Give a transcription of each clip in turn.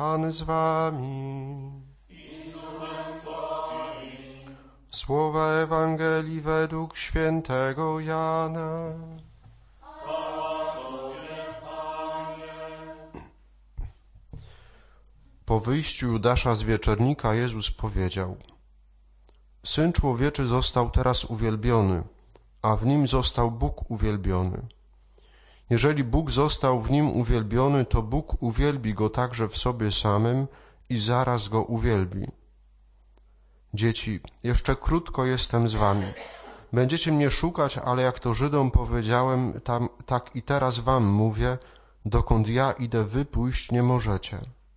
Pan z wami. Słowa Ewangelii według świętego Jana. Po wyjściu Judasza z wieczornika Jezus powiedział: Syn Człowieczy został teraz uwielbiony, a w Nim został Bóg uwielbiony. Jeżeli Bóg został w Nim uwielbiony, to Bóg uwielbi Go także w sobie samym i zaraz Go uwielbi. Dzieci, jeszcze krótko jestem z wami. Będziecie mnie szukać, ale jak to Żydom powiedziałem, tak i teraz wam mówię, dokąd ja idę, wy pójść nie możecie.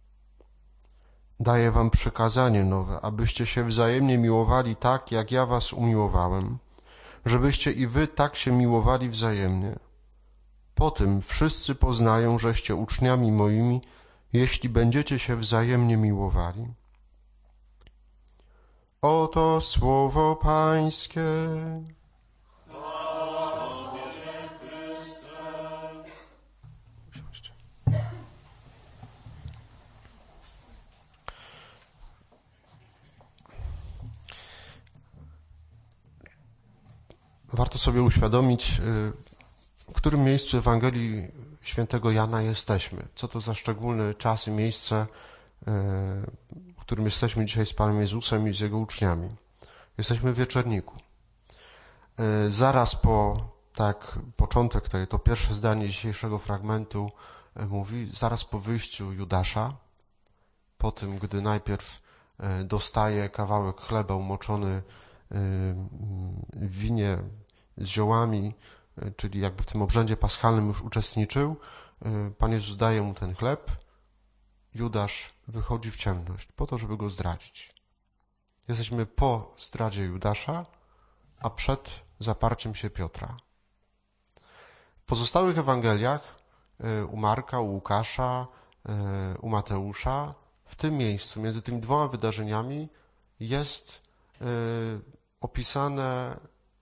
Daję wam przykazanie nowe, abyście się wzajemnie miłowali tak, jak ja was umiłowałem, żebyście i wy tak się miłowali wzajemnie. Po tym wszyscy poznają, żeście uczniami moimi, jeśli będziecie się wzajemnie miłowali. Oto słowo Pańskie. Warto sobie uświadomić, w którym miejscu Ewangelii Świętego Jana jesteśmy. Co to za szczególny czas i miejsce, w którym jesteśmy dzisiaj z Panem Jezusem i z Jego uczniami. Jesteśmy w wieczorniku. Zaraz początek to pierwsze zdanie dzisiejszego fragmentu mówi, zaraz po wyjściu Judasza, po tym, gdy najpierw dostaje kawałek chleba umoczony w winie z ziołami, czyli jakby w tym obrzędzie paschalnym już uczestniczył, Pan Jezus daje mu ten chleb, Judasz wychodzi w ciemność po to, żeby go zdradzić. Jesteśmy po zdradzie Judasza, a przed zaparciem się Piotra. W pozostałych Ewangeliach, u Marka, u Łukasza, u Mateusza, w tym miejscu, między tymi dwoma wydarzeniami jest opisana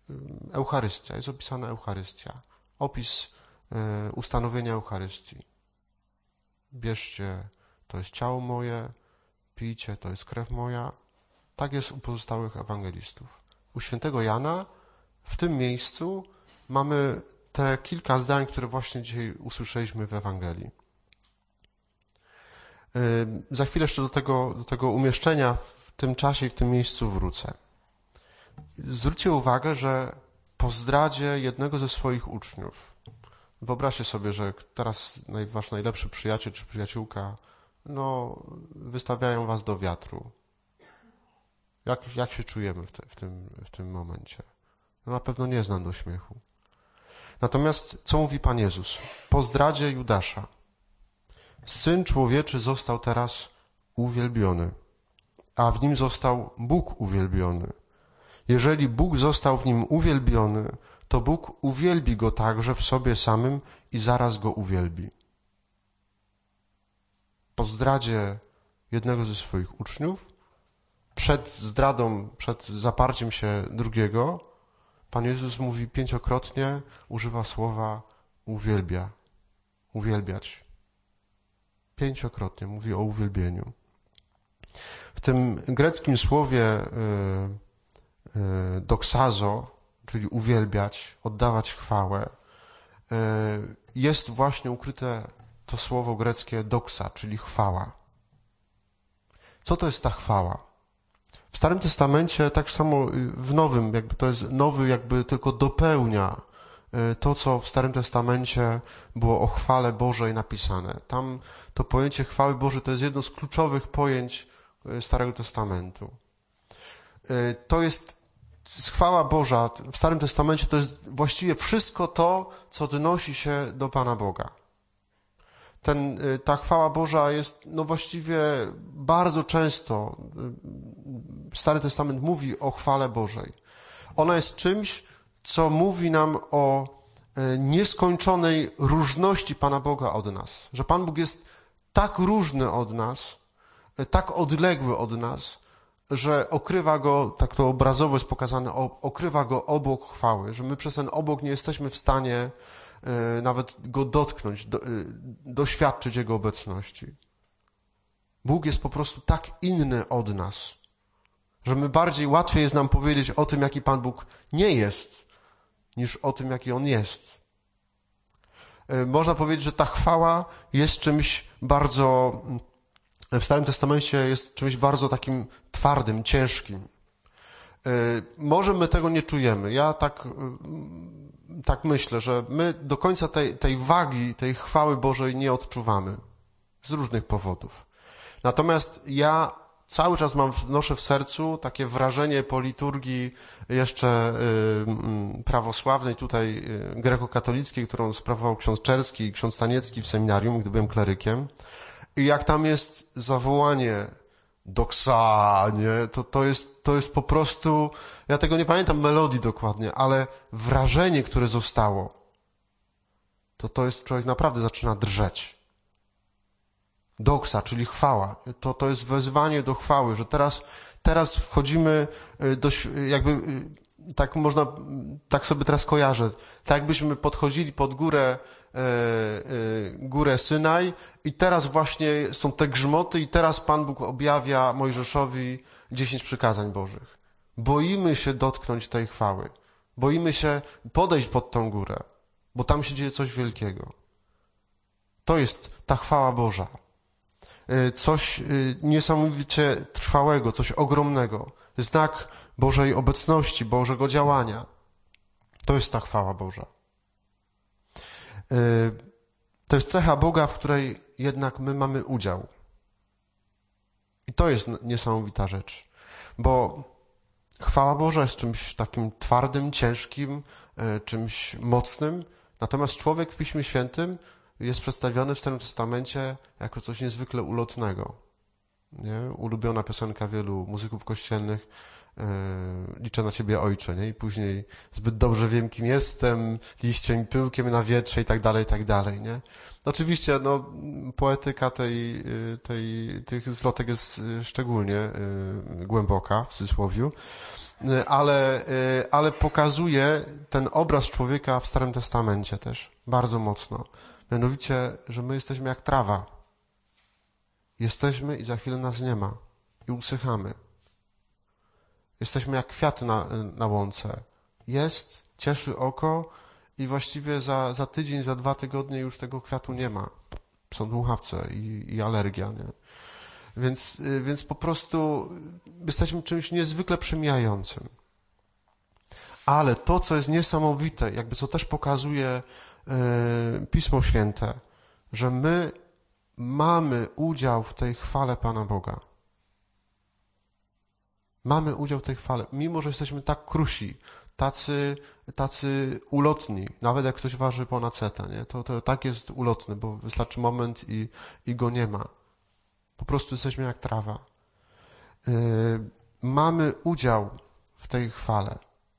Eucharystia, opis ustanowienia Eucharystii. Bierzcie, to jest ciało moje, pijcie, to jest krew moja. Tak jest u pozostałych ewangelistów. U świętego Jana w tym miejscu mamy te kilka zdań, które właśnie dzisiaj usłyszeliśmy w Ewangelii. Za chwilę jeszcze do tego umieszczenia w tym czasie i w tym miejscu wrócę. Zwróćcie uwagę, że po zdradzie jednego ze swoich uczniów, wyobraźcie sobie, że teraz wasz najlepszy przyjaciel czy przyjaciółka, wystawiają was do wiatru. Jak się czujemy w tym momencie? Na pewno nie znam do śmiechu. Natomiast co mówi Pan Jezus? Po zdradzie Judasza. Syn Człowieczy został teraz uwielbiony, a w Nim został Bóg uwielbiony. Jeżeli Bóg został w Nim uwielbiony, to Bóg uwielbi Go także w sobie samym i zaraz Go uwielbi. Po zdradzie jednego ze swoich uczniów, przed zdradą, przed zaparciem się drugiego, Pan Jezus mówi 5-krotnie, używa słowa uwielbiać. 5-krotnie mówi o uwielbieniu. W tym greckim słowie doksazo, czyli uwielbiać, oddawać chwałę, jest właśnie ukryte to słowo greckie doksa, czyli chwała. Co to jest ta chwała? W Starym Testamencie, tak samo w Nowym, to jest nowy, tylko dopełnia to, co w Starym Testamencie było o chwale Bożej napisane. Tam to pojęcie chwały Bożej to jest jedno z kluczowych pojęć Starego Testamentu. To jest chwała Boża w Starym Testamencie, to jest właściwie wszystko to, co odnosi się do Pana Boga. Ta chwała Boża jest, właściwie bardzo często Stary Testament mówi o chwale Bożej. Ona jest czymś, co mówi nam o nieskończonej różności Pana Boga od nas. Że Pan Bóg jest tak różny od nas, tak odległy od nas, że okrywa Go, tak to obrazowo jest pokazane, okrywa Go obłok chwały, że my przez ten obłok nie jesteśmy w stanie nawet Go dotknąć, doświadczyć Jego obecności. Bóg jest po prostu tak inny od nas, że łatwiej jest nam powiedzieć o tym, jaki Pan Bóg nie jest, niż o tym, jaki On jest. Można powiedzieć, że ta chwała jest czymś bardzo, w Starym Testamencie jest czymś bardzo takim twardym, ciężkim. Może my tego nie czujemy. Ja tak myślę, że my do końca tej wagi, tej chwały Bożej nie odczuwamy. Z różnych powodów. Natomiast ja cały czas noszę w sercu takie wrażenie po liturgii jeszcze prawosławnej, tutaj grekokatolickiej, którą sprawował ksiądz Czerski i ksiądz Staniecki w seminarium, gdy byłem klerykiem. I jak tam jest zawołanie doksa, nie? To jest po prostu, ja tego nie pamiętam melodii dokładnie, ale wrażenie, które zostało, to jest, człowiek naprawdę zaczyna drżeć. Doksa, czyli chwała. To jest wezwanie do chwały, że teraz wchodzimy tak można, tak sobie teraz kojarzę, tak jakbyśmy podchodzili pod górę Synaj i teraz właśnie są te grzmoty i teraz Pan Bóg objawia Mojżeszowi 10 przykazań Bożych. Boimy się dotknąć tej chwały. Boimy się podejść pod tą górę, bo tam się dzieje coś wielkiego. To jest ta chwała Boża. Coś niesamowicie trwałego, coś ogromnego. Znak Bożej obecności, Bożego działania. To jest ta chwała Boża. To jest cecha Boga, w której jednak my mamy udział. I to jest niesamowita rzecz. Bo chwała Boża jest czymś takim twardym, ciężkim, czymś mocnym. Natomiast człowiek w Piśmie Świętym jest przedstawiony w Starym Testamencie jako coś niezwykle ulotnego. Nie? Ulubiona piosenka wielu muzyków kościelnych, liczę na Ciebie, Ojcze, nie? I później zbyt dobrze wiem, kim jestem, liściem i pyłkiem na wietrze i tak dalej, nie? Oczywiście, poetyka tych zwrotek jest szczególnie głęboka, w cudzysłowiu, ale pokazuje ten obraz człowieka w Starym Testamencie też bardzo mocno. Mianowicie, że my jesteśmy jak trawa. Jesteśmy i za chwilę nas nie ma. I usychamy. Jesteśmy jak kwiaty na łące. Jest, cieszy oko i właściwie za tydzień, za 2 tygodnie już tego kwiatu nie ma. Są dmuchawce i alergia, nie? Więc po prostu jesteśmy czymś niezwykle przemijającym. Ale to, co jest niesamowite, co też pokazuje Pismo Święte, że my mamy udział w tej chwale Pana Boga. Mamy udział w tej chwale, mimo że jesteśmy tak krusi, tacy ulotni, nawet jak ktoś waży ponad setę, nie? To tak jest ulotny, bo wystarczy moment i go nie ma. Po prostu jesteśmy jak trawa. Mamy udział w tej chwale.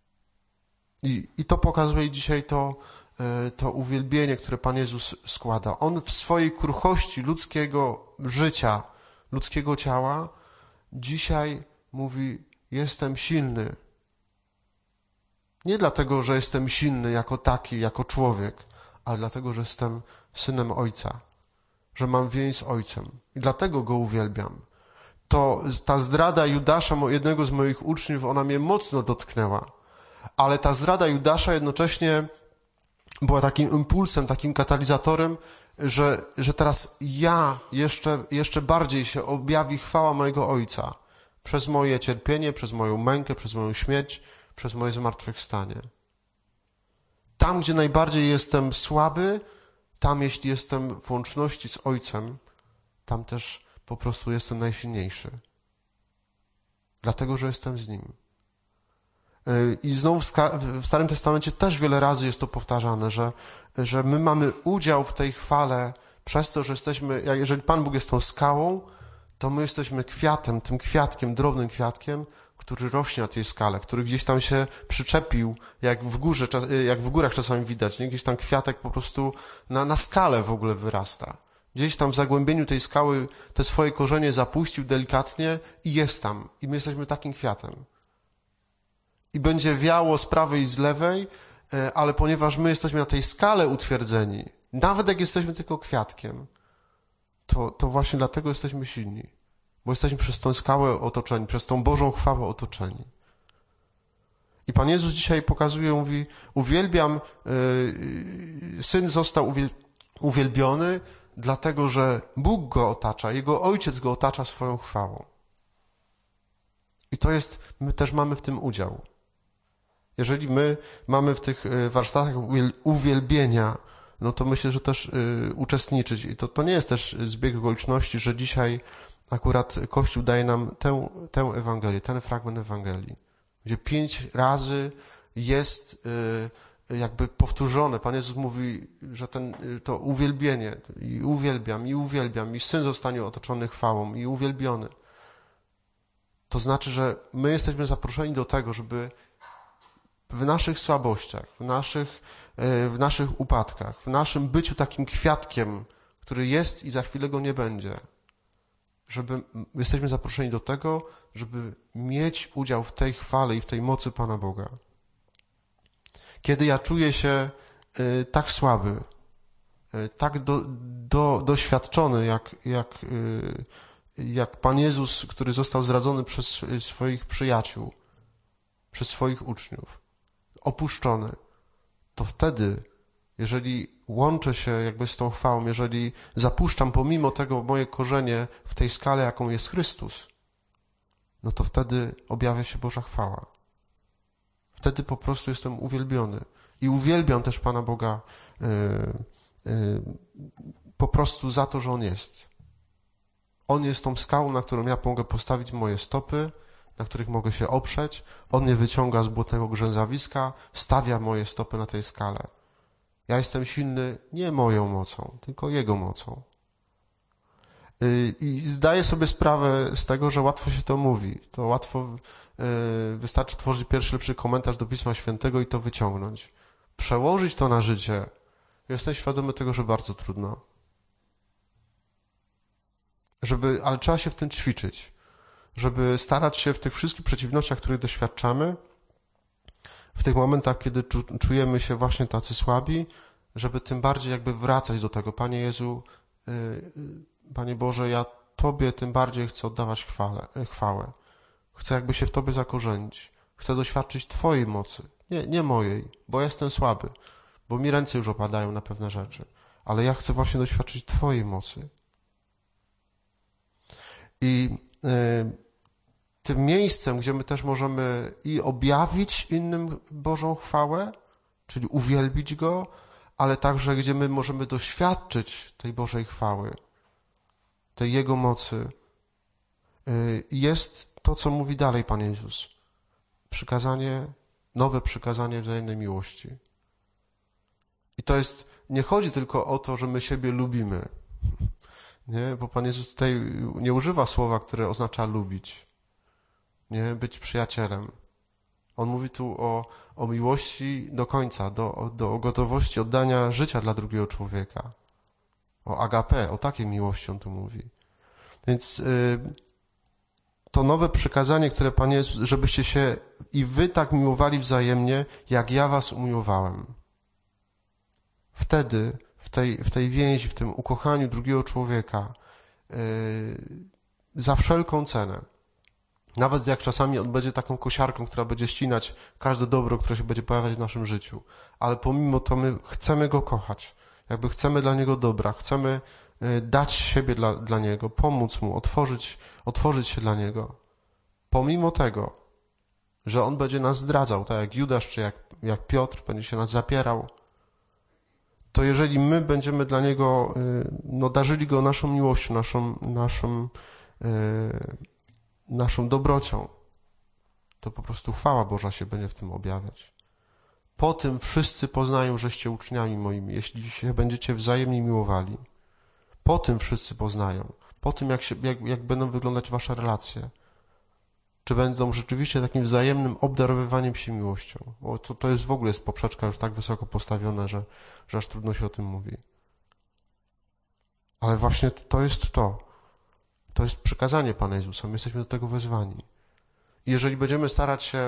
I to pokazuje dzisiaj to uwielbienie, które Pan Jezus składa. On w swojej kruchości ludzkiego życia, ludzkiego ciała dzisiaj mówi, jestem silny. Nie dlatego, że jestem silny jako taki, jako człowiek, ale dlatego, że jestem synem Ojca, że mam więź z Ojcem i dlatego Go uwielbiam. Ta zdrada Judasza, jednego z moich uczniów, ona mnie mocno dotknęła, ale ta zdrada Judasza jednocześnie była takim impulsem, takim katalizatorem, że teraz jeszcze bardziej się objawi chwała mojego Ojca przez moje cierpienie, przez moją mękę, przez moją śmierć, przez moje zmartwychwstanie. Tam, gdzie najbardziej jestem słaby, tam jeśli jestem w łączności z Ojcem, tam też po prostu jestem najsilniejszy. Dlatego, że jestem z Nim. I znowu w Starym Testamencie też wiele razy jest to powtarzane, że my mamy udział w tej chwale przez to, że jesteśmy, jeżeli Pan Bóg jest tą skałą, to my jesteśmy kwiatem, tym kwiatkiem, drobnym kwiatkiem, który rośnie na tej skale, który gdzieś tam się przyczepił, jak w górach czasami widać, nie? Gdzieś tam kwiatek po prostu na skale w ogóle wyrasta. Gdzieś tam w zagłębieniu tej skały te swoje korzenie zapuścił delikatnie i jest tam. I my jesteśmy takim kwiatem. I będzie wiało z prawej i z lewej, ale ponieważ my jesteśmy na tej skale utwierdzeni, nawet jak jesteśmy tylko kwiatkiem, to właśnie dlatego jesteśmy silni. bo jesteśmy przez tą skałę otoczeni, przez tą Bożą chwałę otoczeni. I Pan Jezus dzisiaj pokazuje, mówi, uwielbiam, Syn został uwielbiony, dlatego że Bóg go otacza, Jego Ojciec go otacza swoją chwałą. I to jest, my też mamy w tym udział. Jeżeli my mamy w tych warsztatach uwielbienia, no to myślę, że też uczestniczyć. I to nie jest też zbieg okoliczności, że dzisiaj akurat Kościół daje nam tę Ewangelię, ten fragment Ewangelii, gdzie 5 razy jest jakby powtórzone. Pan Jezus mówi, że to uwielbienie, i uwielbiam, i Syn zostanie otoczony chwałą, i uwielbiony. To znaczy, że my jesteśmy zaproszeni do tego, żeby w naszych słabościach, w naszych upadkach, w naszym byciu takim kwiatkiem, który jest i za chwilę go nie będzie, jesteśmy zaproszeni do tego, żeby mieć udział w tej chwale i w tej mocy Pana Boga. Kiedy ja czuję się tak słaby, tak doświadczony, jak Pan Jezus, który został zdradzony przez swoich przyjaciół, przez swoich uczniów, opuszczony, to wtedy, jeżeli łączę się jakby z tą chwałą, jeżeli zapuszczam pomimo tego moje korzenie w tej skale, jaką jest Chrystus, no to wtedy objawia się Boża chwała. Wtedy po prostu jestem uwielbiony. I uwielbiam też Pana Boga po prostu za to, że On jest. On jest tą skałą, na którą ja mogę postawić moje stopy, na których mogę się oprzeć. On mnie wyciąga z błotnego grzęzawiska, stawia moje stopy na tej skale. Ja jestem silny nie moją mocą, tylko Jego mocą. I zdaję sobie sprawę z tego, że łatwo się to mówi. To łatwo wystarczy tworzyć pierwszy lepszy komentarz do Pisma Świętego i to wyciągnąć. Przełożyć to na życie. Jestem świadomy tego, że bardzo trudno. Ale trzeba się w tym ćwiczyć. Żeby starać się w tych wszystkich przeciwnościach, których doświadczamy, w tych momentach, kiedy czujemy się właśnie tacy słabi, żeby tym bardziej jakby wracać do tego. Panie Jezu, Panie Boże, ja Tobie tym bardziej chcę oddawać chwałę. Chcę jakby się w Tobie zakorzenić. Chcę doświadczyć Twojej mocy, nie mojej, bo jestem słaby, bo mi ręce już opadają na pewne rzeczy. Ale ja chcę właśnie doświadczyć Twojej mocy. I tym miejscem, gdzie my też możemy i objawić innym Bożą chwałę, czyli uwielbić Go, ale także gdzie my możemy doświadczyć tej Bożej chwały, tej Jego mocy, jest to, co mówi dalej Pan Jezus. Nowe przykazanie wzajemnej miłości. I to jest, nie chodzi tylko o to, że my siebie lubimy, nie? Bo Pan Jezus tutaj nie używa słowa, które oznacza lubić, nie? Być przyjacielem. On mówi tu o miłości do końca, o gotowości oddania życia dla drugiego człowieka. O agape, o takiej miłości on tu mówi. Więc to nowe przykazanie, które Pan Jezus, żebyście się i wy tak miłowali wzajemnie, jak ja was umiłowałem. Wtedy, w tej więzi, w tym ukochaniu drugiego człowieka, za wszelką cenę, nawet jak czasami on będzie taką kosiarką, która będzie ścinać każde dobro, które się będzie pojawiać w naszym życiu, ale pomimo to my chcemy Go kochać, jakby chcemy dla Niego dobra, chcemy dać siebie dla Niego, pomóc Mu, otworzyć się dla Niego. Pomimo tego, że On będzie nas zdradzał, tak jak Judasz czy jak Piotr będzie się nas zapierał, to jeżeli my będziemy dla Niego, darzyli Go naszą miłością, naszą dobrocią, to po prostu chwała Boża się będzie w tym objawiać. Po tym wszyscy poznają, żeście uczniami moimi, jeśli się będziecie wzajemnie miłowali. Po tym wszyscy poznają. Po tym, jak będą wyglądać wasze relacje. Czy będą rzeczywiście takim wzajemnym obdarowywaniem się miłością. Bo to jest w ogóle poprzeczka już tak wysoko postawiona, że aż trudno się o tym mówi. Ale właśnie to jest to. To jest przykazanie Pana Jezusa. My jesteśmy do tego wezwani. I jeżeli będziemy starać się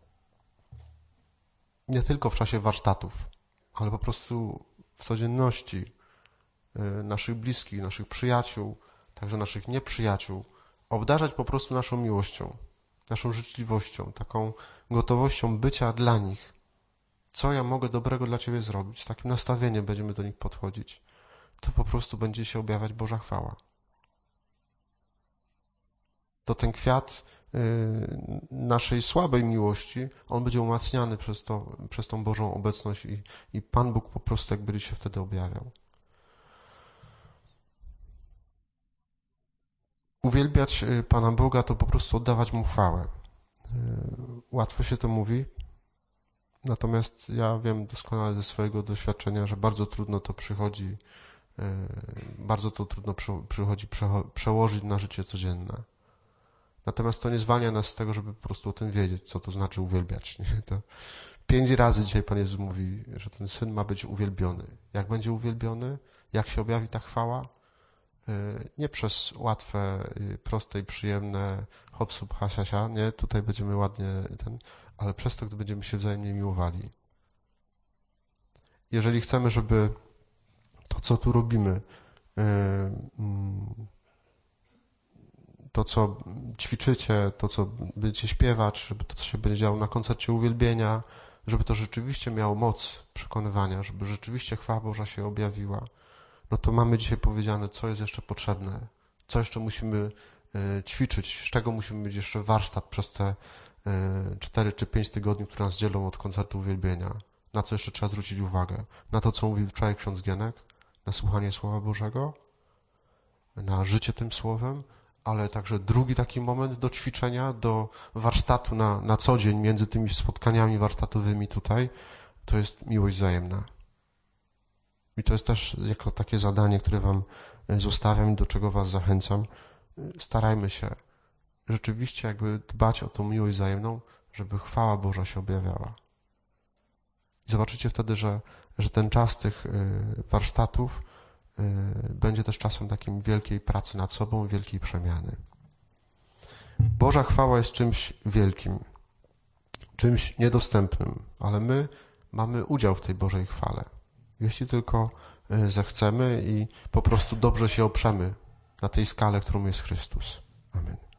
nie tylko w czasie warsztatów, ale po prostu w codzienności naszych bliskich, naszych przyjaciół, także naszych nieprzyjaciół, obdarzać po prostu naszą miłością, naszą życzliwością, taką gotowością bycia dla nich. Co ja mogę dobrego dla Ciebie zrobić? Z takim nastawieniem będziemy do nich podchodzić. To po prostu będzie się objawiać Boża chwała. To ten kwiat naszej słabej miłości, on będzie umacniany przez tą Bożą obecność i Pan Bóg po prostu jak będzie się wtedy objawiał. Uwielbiać Pana Boga to po prostu oddawać Mu chwałę. Łatwo się to mówi, natomiast ja wiem doskonale ze swojego doświadczenia, że bardzo trudno to przychodzi, przełożyć na życie codzienne. Natomiast to nie zwalnia nas z tego, żeby po prostu o tym wiedzieć, co to znaczy uwielbiać. Nie? To 5 razy dzisiaj Pan Jezus mówi, że ten Syn ma być uwielbiony. Jak będzie uwielbiony? Jak się objawi ta chwała? Nie przez łatwe, proste i przyjemne hop, sup, hasiasia, nie? Tutaj będziemy ładnie ale przez to, gdy będziemy się wzajemnie miłowali. Jeżeli chcemy, żeby to, co tu robimy, to, co ćwiczycie, to, co będziecie śpiewać, żeby to, co się będzie działo na koncercie uwielbienia, żeby to rzeczywiście miało moc przekonywania, żeby rzeczywiście chwała Boża się objawiła, no to mamy dzisiaj powiedziane, co jest jeszcze potrzebne, co jeszcze musimy ćwiczyć, z czego musimy mieć jeszcze warsztat przez te 4 czy 5 tygodni, które nas dzielą od koncertu uwielbienia. Na co jeszcze trzeba zwrócić uwagę? Na to, co mówił wczoraj ksiądz Gienek, na słuchanie Słowa Bożego, na życie tym Słowem, ale także drugi taki moment do ćwiczenia, do warsztatu na co dzień między tymi spotkaniami warsztatowymi tutaj, to jest miłość wzajemna. I to jest też jako takie zadanie, które Wam zostawiam i do czego Was zachęcam. Starajmy się rzeczywiście jakby dbać o tą miłość wzajemną, żeby chwała Boża się objawiała. I zobaczycie wtedy, że ten czas tych warsztatów będzie też czasem takim wielkiej pracy nad sobą, wielkiej przemiany. Boża chwała jest czymś wielkim, czymś niedostępnym, ale my mamy udział w tej Bożej chwale. Jeśli tylko zechcemy i po prostu dobrze się oprzemy na tej skale, którą jest Chrystus. Amen.